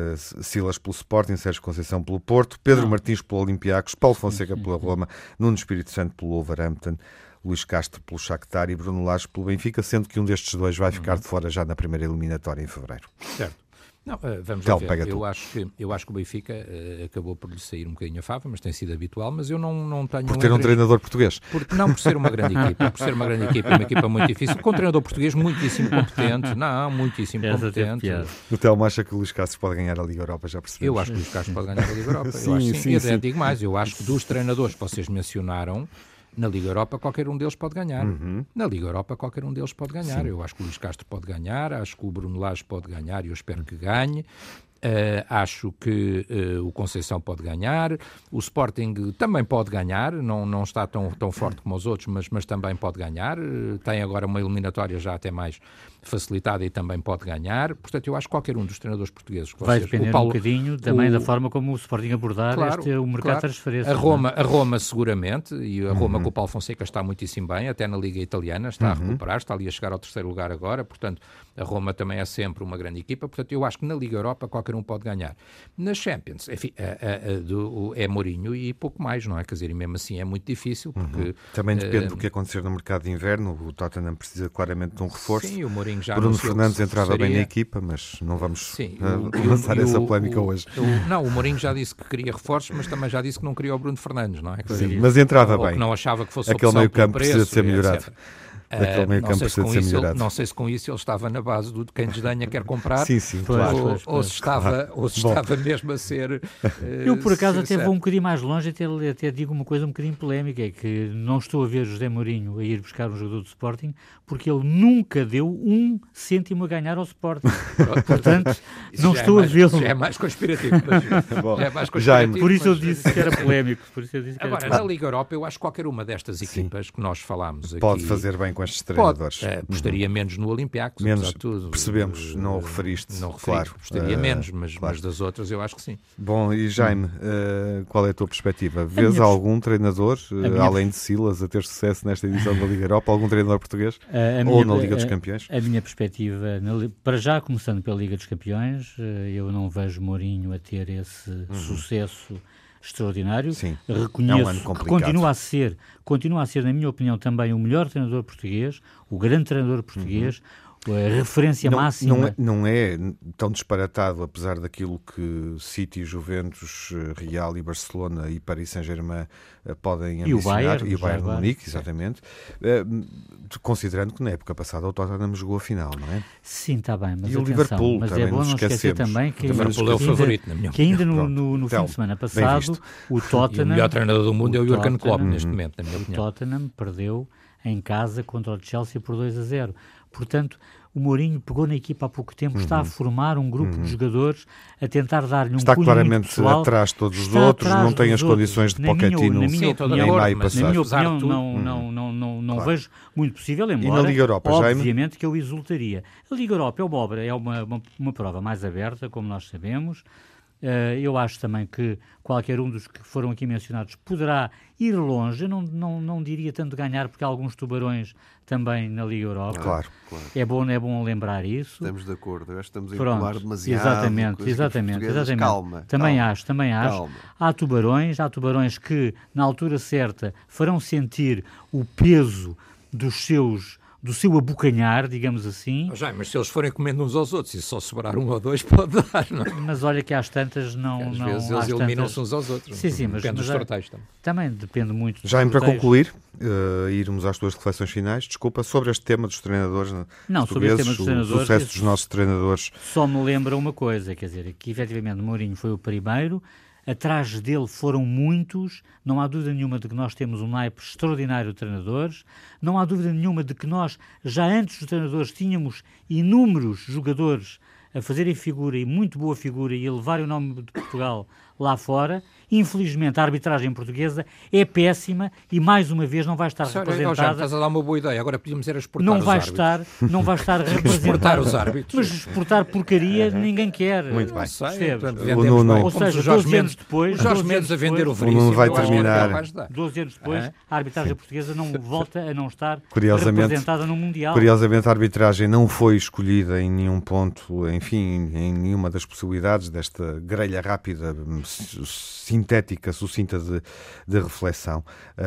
Silas pelo Sporting, Sérgio Conceição pelo Porto, Pedro Não. Martins pelo Olympiacos, Paulo Fonseca pela Roma, Nuno Espírito Santo pelo Wolverhampton, Luís Castro pelo Shakhtar e Bruno Lage pelo Benfica, sendo que um destes dois vai ficar de fora já na primeira eliminatória em fevereiro. Certo. Não, vamos Tel, lá ver. Eu acho, que, eu acho que o Benfica uh, acabou por lhe sair um bocadinho a fava, mas tem sido habitual, mas eu não, não tenho... Por ter um, um treinador português? Por, não, por ser uma grande equipa, por ser uma grande equipa, uma equipa muito difícil, com um treinador português muitíssimo competente, não, muitíssimo Essa competente. O Telmo acha que o Luís Castro pode ganhar a Liga Europa, já percebemos? Eu acho que o Luís Castro pode ganhar a Liga Europa, sim, eu acho sim, sim, e sim. até digo mais, eu acho que dos treinadores que vocês mencionaram, na Liga Europa qualquer um deles pode ganhar. Uhum. Na Liga Europa qualquer um deles pode ganhar. Sim. Eu acho que o Luís Castro pode ganhar, acho que o Bruno Lage pode ganhar e eu espero que ganhe. Uh, acho que uh, o Conceição pode ganhar, o Sporting também pode ganhar, não, não está tão, tão forte como os outros, mas, mas também pode ganhar, uh, tem agora uma eliminatória já até mais facilitada e também pode ganhar, portanto eu acho que qualquer um dos treinadores portugueses... Que Vai vocês, depender o Paulo, um bocadinho também o, da forma como o Sporting abordar claro, este, o mercado claro. de transferências. A Roma, a Roma seguramente, e a Roma uhum. com o Paulo Fonseca está muitíssimo bem, até na Liga Italiana, está uhum. a recuperar, está ali a chegar ao terceiro lugar agora, portanto a Roma também é sempre uma grande equipa, portanto eu acho que na Liga Europa qualquer um pode ganhar. Nas Champions, enfim, a, a, a do, é Mourinho e pouco mais, não é? Quer dizer, e mesmo assim é muito difícil, porque... Uhum. Também depende uh, do que acontecer no mercado de inverno, o Tottenham precisa claramente de um reforço. Sim, o Mourinho já Bruno Fernandes entrava seria... bem na equipa, mas não vamos sim, uh, o, lançar o, essa o, polémica o, hoje. O, não, o Mourinho já disse que queria reforços, mas também já disse que não queria o Bruno Fernandes, não é? Sim, mas entrava ou bem. Que não achava que fosse aquele meio campo precisa de ser melhorado. etcétera. Daquele meio campo precisa de ser melhorado. Ele, não sei se com isso ele estava na base do quem desdenha quer comprar. Sim, sim, ou, claro. Ou, ou se estava, claro. ou se estava mesmo a ser... Uh, Eu, por acaso, até vou um bocadinho mais longe, até, até digo uma coisa um bocadinho polémica, é que não estou a ver José Mourinho a ir buscar um jogador do Sporting, porque ele nunca deu um cêntimo a ganhar ao Sporting. Portanto, isso não estou é mais, a vê-lo. Já é mais conspirativo. Mas, Bom, já é mais conspirativo por isso mas... eu disse que era polémico. Por isso eu disse que Agora, era na Liga Europa, eu acho que qualquer uma destas equipas sim. que nós falámos aqui... Pode fazer bem com estes treinadores. Pode, uh, apostaria uhum. menos no Olympiacos, menos, apesar de tudo. Percebemos, não o referiste. Não referi, claro. Apostaria uh, menos, mas, claro. mas das outras eu acho que sim. Bom, e Jaime, uh, qual é a tua perspectiva? Vês minha... algum treinador, uh, minha... além de Silas, a ter sucesso nesta edição da Liga Europa? Algum treinador português? Uh, Ou minha... na Liga dos Campeões? A, a minha perspectiva, na... para já começando pela Liga dos Campeões, uh, eu não vejo Mourinho a ter esse uhum. sucesso extraordinário. Sim, reconheço é um ano que continua a ser, continua a ser, na minha opinião, também o melhor treinador português, o grande treinador português, uhum. a referência não, máxima. Não é, não é tão disparatado, apesar daquilo que City, Juventus, Real e Barcelona e Paris Saint-Germain podem e ambicionar, o Bayern, e o Bayern de Munique, sim. exatamente, uh, considerando que na época passada o Tottenham jogou a final, não é? Sim, está bem, mas e atenção, o Liverpool, mas também é bom nos não esquecer esquecemos. também que, o Liverpool é o favorito, na minha que ainda no, Pronto, no, no então, fim de semana passado o Tottenham... E o melhor treinador do mundo é o Jürgen Klopp, Tottenham, neste momento, na minha o opinião. O Tottenham perdeu em casa contra o Chelsea por dois a zero. Portanto, o Mourinho pegou na equipa há pouco tempo, uhum. está a formar um grupo uhum. de jogadores, a tentar dar-lhe um está cunho claramente pessoal, atrás de todos os outros, não tem as condições de Pochettino na minha opinião, em maio passado. Na minha opinião, não, não, não, não, não claro. vejo muito possível, embora, e na Liga Europa, obviamente, Jaime? que eu exultaria. A Liga Europa é uma obra, é uma, uma, uma prova mais aberta, como nós sabemos. Uh, eu acho também que qualquer um dos que foram aqui mencionados poderá ir longe. Eu não, não, não diria tanto ganhar, porque há alguns tubarões também na Liga Europa. Claro, claro. É bom, é bom lembrar isso. Estamos de acordo. Eu acho que estamos a Pronto, enrolar demasiado. Exatamente, exatamente, exatamente. Calma. Também calma, acho, também acho. Calma. Há tubarões, há tubarões que, na altura certa, farão sentir o peso dos seus... do seu abocanhar, digamos assim. Já, mas se eles forem comendo uns aos outros e só sobrar um ou dois, pode dar, não é? Mas olha que às tantas não... Às não, vezes eles eliminam-se tantas... uns aos outros. Sim, sim, mas... Depende mas dos sorteios também. Também depende muito dos Já para sorteios. concluir, uh, irmos às tuas reflexões finais, desculpa, sobre este tema dos treinadores não, sobre este tema dos treinadores, o sucesso dos nossos treinadores. Só me lembra uma coisa, quer dizer, que efetivamente Mourinho foi o primeiro, atrás dele foram muitos, não há dúvida nenhuma de que nós temos um naipe extraordinário de treinadores, não há dúvida nenhuma de que nós, já antes dos treinadores, tínhamos inúmeros jogadores a fazerem figura, e muito boa figura, e a levarem o nome de Portugal lá fora. Infelizmente, a arbitragem portuguesa é péssima e, mais uma vez, não vai estar Senhora, representada... Já estás a dar uma boa ideia. Agora podíamos era exportar não os vai árbitros. estar, não vai estar representada. Exportar os árbitros. Mas exportar porcaria ninguém quer. Muito bem. Sei, portanto, O Nuno- Ou seja, doze anos depois... O Jorge Mendes a vender o Nuno vai eu acho que terminar. é capaz de dar. doze anos depois, É? a arbitragem portuguesa não volta a não estar Curiosamente- representada no Mundial. Curiosamente, a arbitragem não foi escolhida em nenhum ponto, enfim, em nenhuma das possibilidades desta grelha rápida, sintética, sucinta de, de reflexão.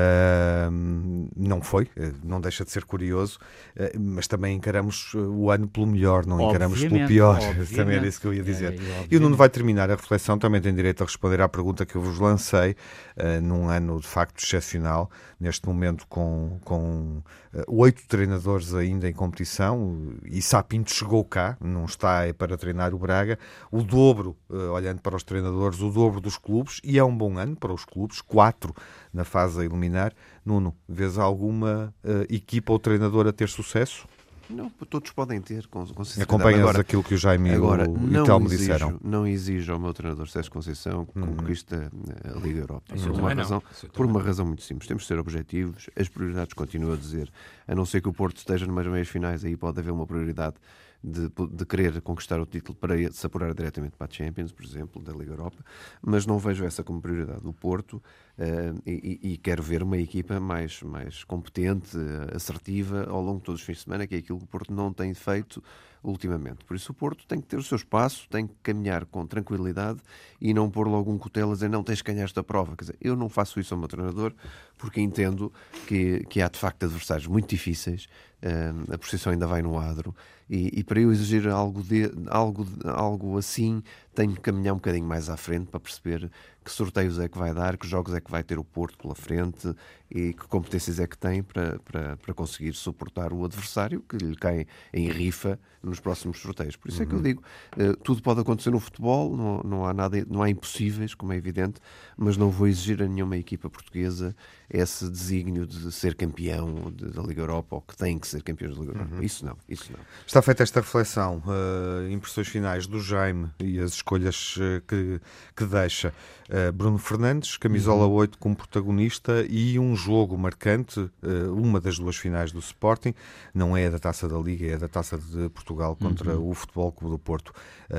Uh, não foi, não deixa de ser curioso, uh, mas também encaramos o ano pelo melhor, não encaramos pelo Obviamente, pior. obviamente. Também era isso que eu ia dizer. É, E o Nuno vai terminar a reflexão, também tem direito a responder à pergunta que eu vos lancei, uh, num ano de facto excepcional, neste momento com, com uh, oito treinadores ainda em competição, e Sapinto chegou cá, não está é para treinar o Braga, o dobro, uh, olhando para os treinadores, o dobro dos clubes, e é um bom ano para os clubes, quatro na fase a eliminar. Nuno, vês alguma uh, equipa ou treinador a ter sucesso? Não, todos podem ter, com, com sinceridade. Acompanhas agora, aquilo que o Jaime agora, e o não Telmo exijo, disseram. Não exijo ao meu treinador Sérgio Conceição que Uhum. conquista a Liga Europa. Isso Por eu uma, também razão, não. Isso eu por também uma não. razão muito simples. Temos de ser objetivos. As prioridades, continuo a dizer, a não ser que o Porto esteja numas meias finais, aí pode haver uma prioridade de, de querer conquistar o título para se apurar diretamente para a Champions, por exemplo, da Liga Europa, mas não vejo essa como prioridade do Porto. Uh, e, e quero ver uma equipa mais, mais competente, uh, assertiva ao longo de todos os fins de semana, que é aquilo que o Porto não tem feito ultimamente. Por isso o Porto tem que ter o seu espaço, tem que caminhar com tranquilidade e não pôr logo um cutelo a dizer não tens que ganhar esta prova. Quer dizer, eu não faço isso ao meu treinador porque entendo que, que há de facto adversários muito difíceis, uh, a posição ainda vai no adro e, e para eu exigir algo, de, algo, algo assim tenho que caminhar um bocadinho mais à frente para perceber que sorteios é que vai dar, que jogos é que vai ter o Porto pela frente e que competências é que tem para, para, para conseguir suportar o adversário que lhe cai em rifa nos próximos sorteios. Por isso é que eu digo, uh, tudo pode acontecer no futebol, não, não há nada, não há impossíveis, como é evidente, mas não vou exigir a nenhuma equipa portuguesa esse desígnio de ser campeão de, da Liga Europa ou que tem que ser campeão da Liga Europa. Uhum. Isso não, isso não. Está feita esta reflexão, uh, impressões finais do Jaime e as escolhas uh, que, que deixa. Uh, Bruno Fernandes, camisola oito como protagonista e um jogo marcante, uh, uma das duas finais do Sporting, não é a da Taça da Liga, é a da Taça de Portugal contra uhum. o Futebol Clube do Porto.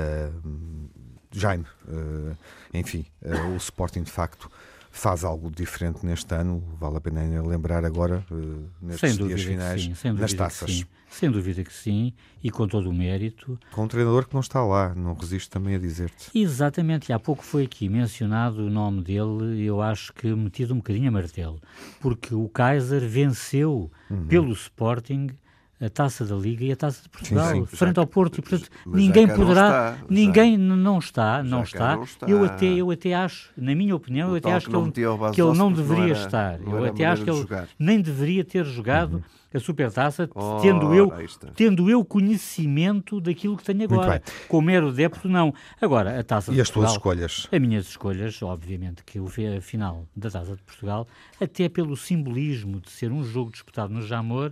Uh, Jaime, uh, enfim, uh, o Sporting de facto faz algo diferente neste ano, vale a pena lembrar agora, uh, nestes sem dias finais, sim, sem nas taças. Sim. Sem dúvida que sim, e com todo o mérito. Com um treinador que não está lá, não resisto também a dizer-te. Exatamente, e há pouco foi aqui mencionado o nome dele, eu acho que metido um bocadinho a martelo, porque o Kaiser venceu uhum. pelo Sporting a Taça da Liga e a Taça de Portugal, sim, sim. frente já, ao Porto, e portanto mas ninguém poderá, não está, ninguém já, não está, não está. não está. Eu até, eu até acho, na minha opinião, o eu até acho que, que ele, que ele não deveria não era, estar. Não eu até acho que ele jogar. nem deveria ter jogado uhum. a Supertaça, oh, tendo, eu, tendo eu conhecimento daquilo que tenho agora. Como mero adepto, não. Agora, a Taça e de as Portugal... E as tuas escolhas? As minhas escolhas, obviamente, que eu vi a final da Taça de Portugal, até pelo simbolismo de ser um jogo disputado no Jamor,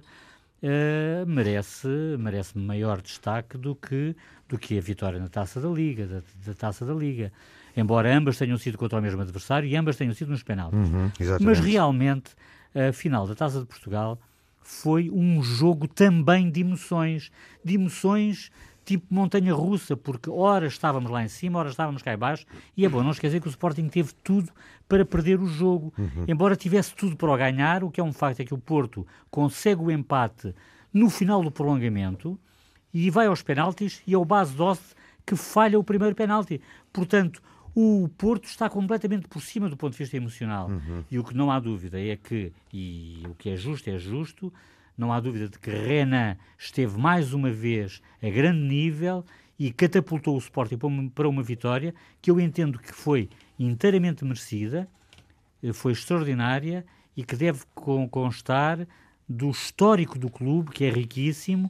Uh, merece, merece maior destaque do que, do que a vitória na Taça da Liga, da, da Taça da Liga. Embora ambas tenham sido contra o mesmo adversário e ambas tenham sido nos penaltis. Uhum, mas realmente a final da Taça de Portugal foi um jogo também de emoções, de emoções tipo montanha-russa, porque ora estávamos lá em cima, ora estávamos cá em baixo, e é bom não esquecer que o Sporting teve tudo para perder o jogo. Uhum. Embora tivesse tudo para o ganhar, o que é um facto é que o Porto consegue o empate no final do prolongamento e vai aos penaltis, e é o Bas Dost que falha o primeiro penalti. Portanto, o Porto está completamente por cima do ponto de vista emocional. Uhum. E o que não há dúvida é que, e o que é justo é justo, não há dúvida de que Renan esteve mais uma vez a grande nível e catapultou o Sporting para uma, para uma vitória que eu entendo que foi inteiramente merecida, foi extraordinária e que deve constar do histórico do clube, que é riquíssimo,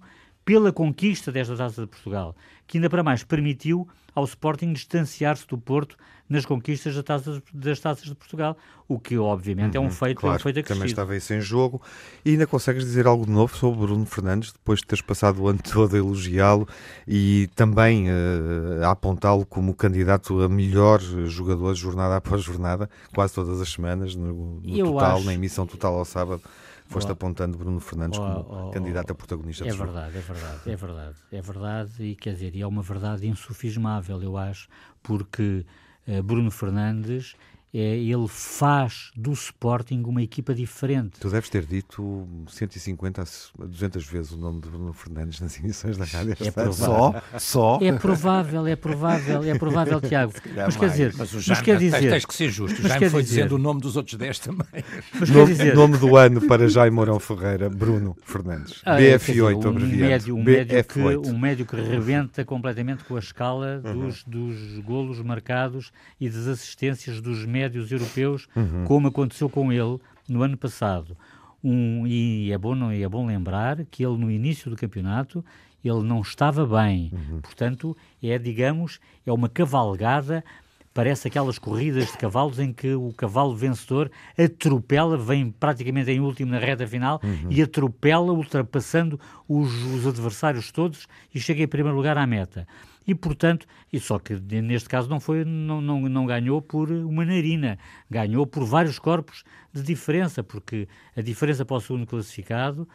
pela conquista desta Taça de Portugal, que ainda para mais permitiu ao Sporting distanciar-se do Porto nas conquistas das taças, das taças de Portugal, o que obviamente uhum, é um feito, claro, é um feito acrescido. Também estava isso em jogo. E ainda consegues dizer algo de novo sobre Bruno Fernandes, depois de teres passado o ano todo a elogiá-lo e também uh, a apontá-lo como candidato a melhor jogador jornada após jornada, quase todas as semanas, no, no total, acho... na emissão total ao sábado. Foste oh, apontando Bruno Fernandes oh, como oh, candidato a protagonista. É verdade, é verdade, é verdade, é verdade, e quer dizer, e é uma verdade insufismável, eu acho, porque uh, Bruno Fernandes, é, ele faz do Sporting uma equipa diferente. Tu deves ter dito cento e cinquenta a duzentas vezes o nome de Bruno Fernandes nas emissões da rádio. É provável. Só? Só? É provável, é provável, é provável, Tiago. Mas quer dizer, mas o Jaime, mas quer dizer, tens, tens que ser justo. O Jaime foi dizer, dizendo o nome dos outros dez também. Mas nome, dizer, nome do ano para Jaime Mourão Ferreira, Bruno Fernandes. Ah, B F oito, um médio, um, médio que, um médio que rebenta completamente com a escala uhum. dos, dos golos marcados e das assistências dos médios europeus, uhum. como aconteceu com ele no ano passado. Um, e é bom, não, é bom lembrar que ele, no início do campeonato, ele não estava bem. Uhum. Portanto, é, digamos, é uma cavalgada, parece aquelas corridas de cavalos em que o cavalo vencedor atropela, vem praticamente em último na reta final, uhum. e atropela, ultrapassando os, os adversários todos e chega em primeiro lugar à meta. E, portanto, e só que neste caso não, foi, não, não, não ganhou por uma narina, ganhou por vários corpos de diferença, porque a diferença para o segundo classificado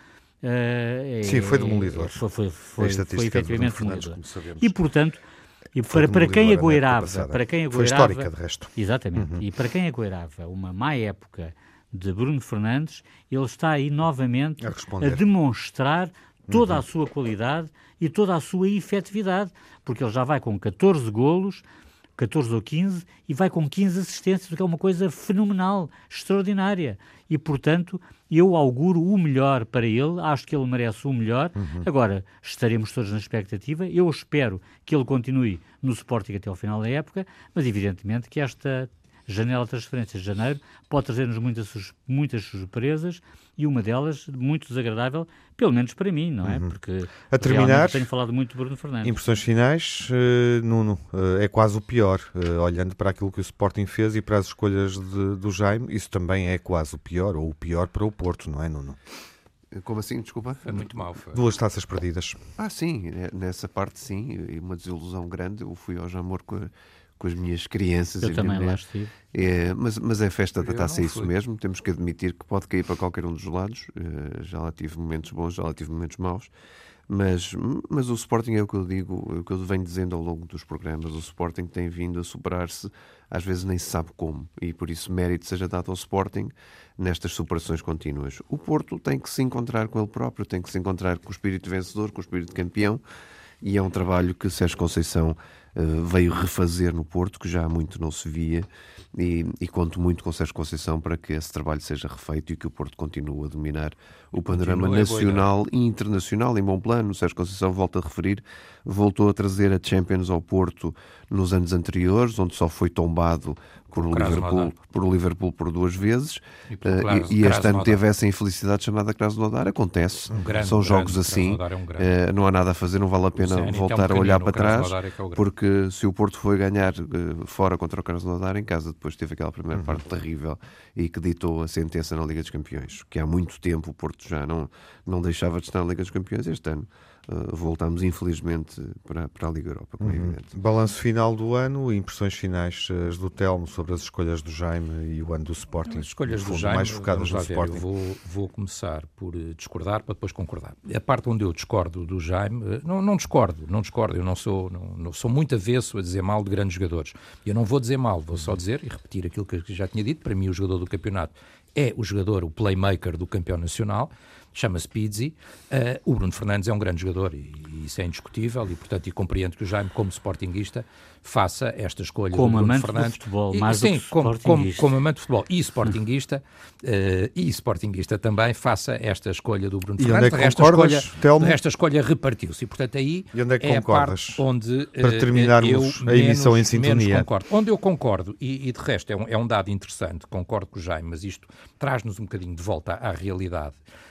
uh, Sim, é, foi demolidor. Foi, foi, foi, foi, foi efetivamente demolidor. E, portanto, e para, para quem agoirava, para quem agoirava, foi histórica, de resto. Exatamente. Uhum. E para quem agoirava uma má época de Bruno Fernandes, ele está aí novamente a, a demonstrar toda uhum. a sua qualidade e toda a sua efetividade, porque ele já vai com catorze golos, catorze ou quinze, e vai com quinze assistências, o que é uma coisa fenomenal, extraordinária. E, portanto, eu auguro o melhor para ele, acho que ele merece o melhor. Uhum. Agora, estaremos todos na expectativa. Eu espero que ele continue no Sporting até ao final da época, mas evidentemente que esta janela de transferências de janeiro pode trazer-nos muitas, muitas surpresas, e uma delas muito desagradável, pelo menos para mim, não é? Uhum. Porque a terminar, tenho falado muito de Bruno Fernandes. Impressões finais, uh, Nuno, uh, é quase o pior, uh, olhando para aquilo que o Sporting fez e para as escolhas de, do Jaime, isso também é quase o pior, ou o pior para o Porto, não é, Nuno? Como assim? Desculpa. Foi muito mal. Foi. Duas taças perdidas. Ah, sim, nessa parte sim, e uma desilusão grande. Eu fui ao Jamor com a com as minhas crianças. Eu e também minha lá estive. É, mas, mas é festa da Eu taça, é isso fui. mesmo. Temos que admitir que pode cair para qualquer um dos lados. Uh, já lá tive momentos bons, já lá tive momentos maus. Mas, mas o Sporting é o que eu digo, é o que eu venho dizendo ao longo dos programas. O Sporting tem vindo a superar-se, às vezes nem se sabe como. E por isso mérito seja dado ao Sporting nestas superações contínuas. O Porto tem que se encontrar com ele próprio, tem que se encontrar com o espírito vencedor, com o espírito campeão. E é um trabalho que Sérgio Conceição uh, veio refazer no Porto, que já há muito não se via, e, e conto muito com Sérgio Conceição para que esse trabalho seja refeito e que o Porto continue a dominar o panorama continua nacional e internacional em bom plano. O Sérgio Conceição, volta a referir, voltou a trazer a Champions ao Porto nos anos anteriores, onde só foi tombado por o Liverpool, por o Liverpool por duas vezes, e, uh, e, e este ano teve essa infelicidade chamada Krasnodar. Acontece, um grande, são jogos grande, assim, é um uh, não há nada a fazer, não vale a pena voltar é um a olhar para trás, é é porque se o Porto foi ganhar uh, fora contra o Krasnodar, em casa depois teve aquela primeira uhum. parte terrível e que ditou a sentença na Liga dos Campeões, que há muito tempo o Porto já não, não deixava de estar na Liga dos Campeões. Este ano Uh, voltamos infelizmente para, para a Liga Europa, como uhum. é evidente. Balanço final do ano, impressões finais as do Telmo sobre as escolhas do Jaime e o ano do Sporting. As escolhas fundo, do Jaime, mais focadas no ver, Sporting. Eu vou, vou começar por discordar para depois concordar. A parte onde eu discordo do Jaime, não, não discordo, não discordo, eu não sou, não, não sou muito avesso a dizer mal de grandes jogadores. Eu não vou dizer mal, vou só dizer e repetir aquilo que já tinha dito. Para mim o jogador do campeonato é o jogador, o playmaker do campeão nacional, chama-se Pizzi. Uh, o Bruno Fernandes é um grande jogador e, e isso é indiscutível e, portanto, e compreendo que o Jaime, como sportinguista, faça esta escolha como do Bruno amante Fernandes. Do futebol, e, mais sim, do que como, como, como amante de futebol e sportinguista, uh, e sportinguista também, faça esta escolha do Bruno e Fernandes. Onde é que concordas, escolha, de resto, a escolha repartiu-se. E, portanto, aí e onde é, que é concordas? A parte onde para terminarmos eu a emissão menos, em sintonia. Concordo. Onde eu concordo, e, e de resto é um, é um dado interessante, concordo com o Jaime, mas isto traz-nos um bocadinho de volta à, à realidade.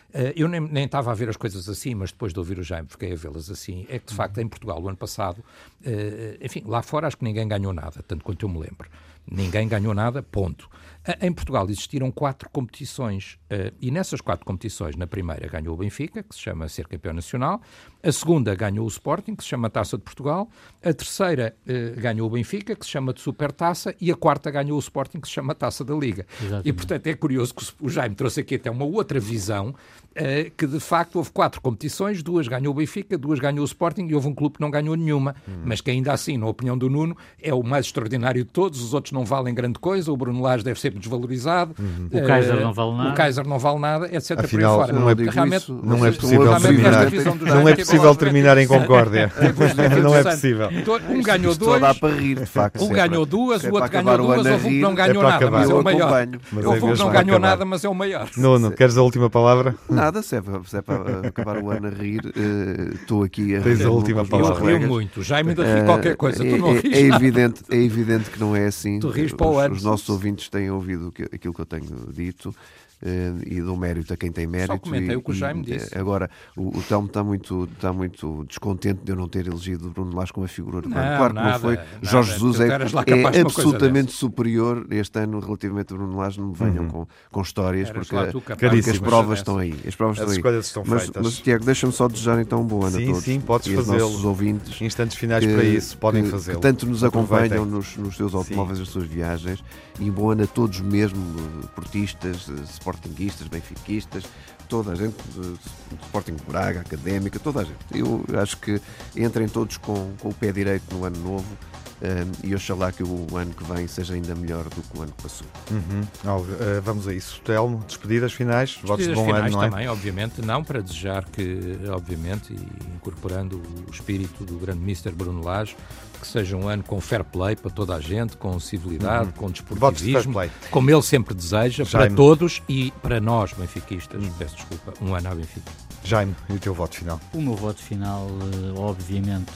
eu nem, nem estava a ver as coisas assim, mas depois de ouvir o Jaime fiquei a vê-las assim, é que de facto em Portugal o ano passado, enfim, lá fora acho que ninguém ganhou nada, tanto quanto eu me lembro. Ninguém ganhou nada, ponto. Em Portugal existiram quatro competições uh, e nessas quatro competições, na primeira ganhou o Benfica, que se chama Ser Campeão Nacional, a segunda ganhou o Sporting, que se chama Taça de Portugal, a terceira uh, ganhou o Benfica, que se chama de Supertaça, e a quarta ganhou o Sporting, que se chama Taça da Liga. Exatamente. E, portanto, é curioso que o Jaime trouxe aqui até uma outra visão, uh, que de facto houve quatro competições, duas ganhou o Benfica, duas ganhou o Sporting e houve um clube que não ganhou nenhuma, hum. mas que ainda assim, na opinião do Nuno, é o mais extraordinário de todos, os outros não valem grande coisa, o Bruno Lage deve ser desvalorizado, uhum. o Kaiser uh, não vale nada, o Kaiser não vale nada, etcétera. Afinal, por aí fora. Não, é, realmente, isso, não é possível terminar, não é possível terminar em concórdia. Não é possível. Um ganhou dois, só dá para rir, de facto. Um ganhou duas, o outro ganhou duas, houve um que não ganhou nada, mas é o maior. Houve um que não ganhou nada, mas é o maior. Nuno, queres a última palavra? Nada, se é para acabar o ano a rir, estou aqui a rir. Tens a última palavra. Eu rio muito, já me ri qualquer coisa, tu não rires. É evidente, é evidente que não é assim. Tu rires para o ano. Os nossos ouvintes têm ouvido aquilo que eu tenho dito. Uh, e dou mérito a quem tem mérito. Só comentei e, o que o Jaime disse. Agora, o, o Telmo está muito, está muito descontente de eu não ter elegido o Bruno Lage como a figura do ano. Claro que não foi. Nada, Jorge Jesus é, é absolutamente superior este ano relativamente a Bruno Lage. Não me venham uhum. com, com histórias, porque, porque as provas estão aí. As provas as estão aí. Estão mas, feitas. mas, Tiago, deixa-me só desejar então um bom ano sim, a todos. Sim, podes e fazê-lo. Nossos ouvintes. Instantes finais que, para isso, podem fazê-lo. Que tanto nos acompanham nos, nos seus automóveis, sim. As suas viagens. E um bom ano a todos mesmo, portistas, sportinguistas, benfiquistas, toda a gente, Sporting Braga, Académica, toda a gente. Eu acho que entrem todos com, com o pé direito no ano novo. Um, e oxalá que o ano que vem seja ainda melhor do que o ano que passou. Uhum. Oh, uh, vamos a isso. Telmo, despedidas finais, votos de bom finais ano, não é? Também, obviamente, não para desejar que, obviamente, e incorporando o espírito do grande mister Bruno Lage, que seja um ano com fair play para toda a gente, com civilidade, uhum. com desportivismo, de como ele sempre deseja, Jaime. Para todos e para nós, benfiquistas, uhum. peço desculpa, um ano à Benfica. Jaime, e o teu voto final? O meu voto final, obviamente,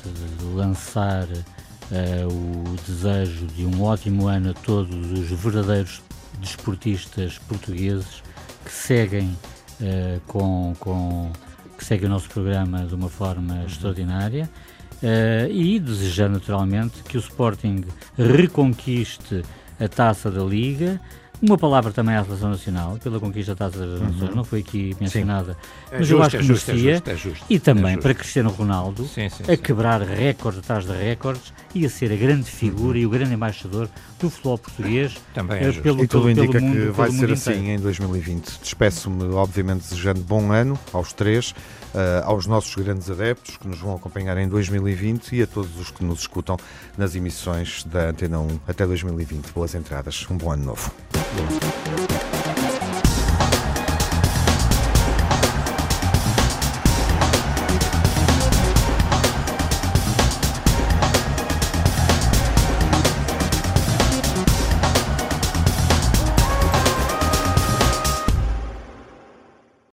lançar Uh, o desejo de um ótimo ano a todos os verdadeiros desportistas portugueses que seguem uh, com, com que seguem o nosso programa de uma forma uhum. extraordinária uh, e desejar naturalmente que o Sporting reconquiste a Taça da Liga. Uma palavra também à Seleção Nacional, pela conquista da Taça das Nações, uhum. não foi aqui mencionada, é mas justo, eu acho que merecia, é justo, é justo, e também é justo. Para Cristiano Ronaldo, sim, sim, a quebrar sim. recordes atrás de recordes e a ser a grande figura uhum. e o grande embaixador do futebol português. Também é pelo, e tudo pelo, indica pelo mundo, que vai ser assim inteiro. Em dois mil e vinte. Despeço-me, obviamente, desejando bom ano aos três, uh, aos nossos grandes adeptos que nos vão acompanhar em dois mil e vinte e a todos os que nos escutam nas emissões da Antena um até dois mil e vinte. Boas entradas. Um bom ano novo.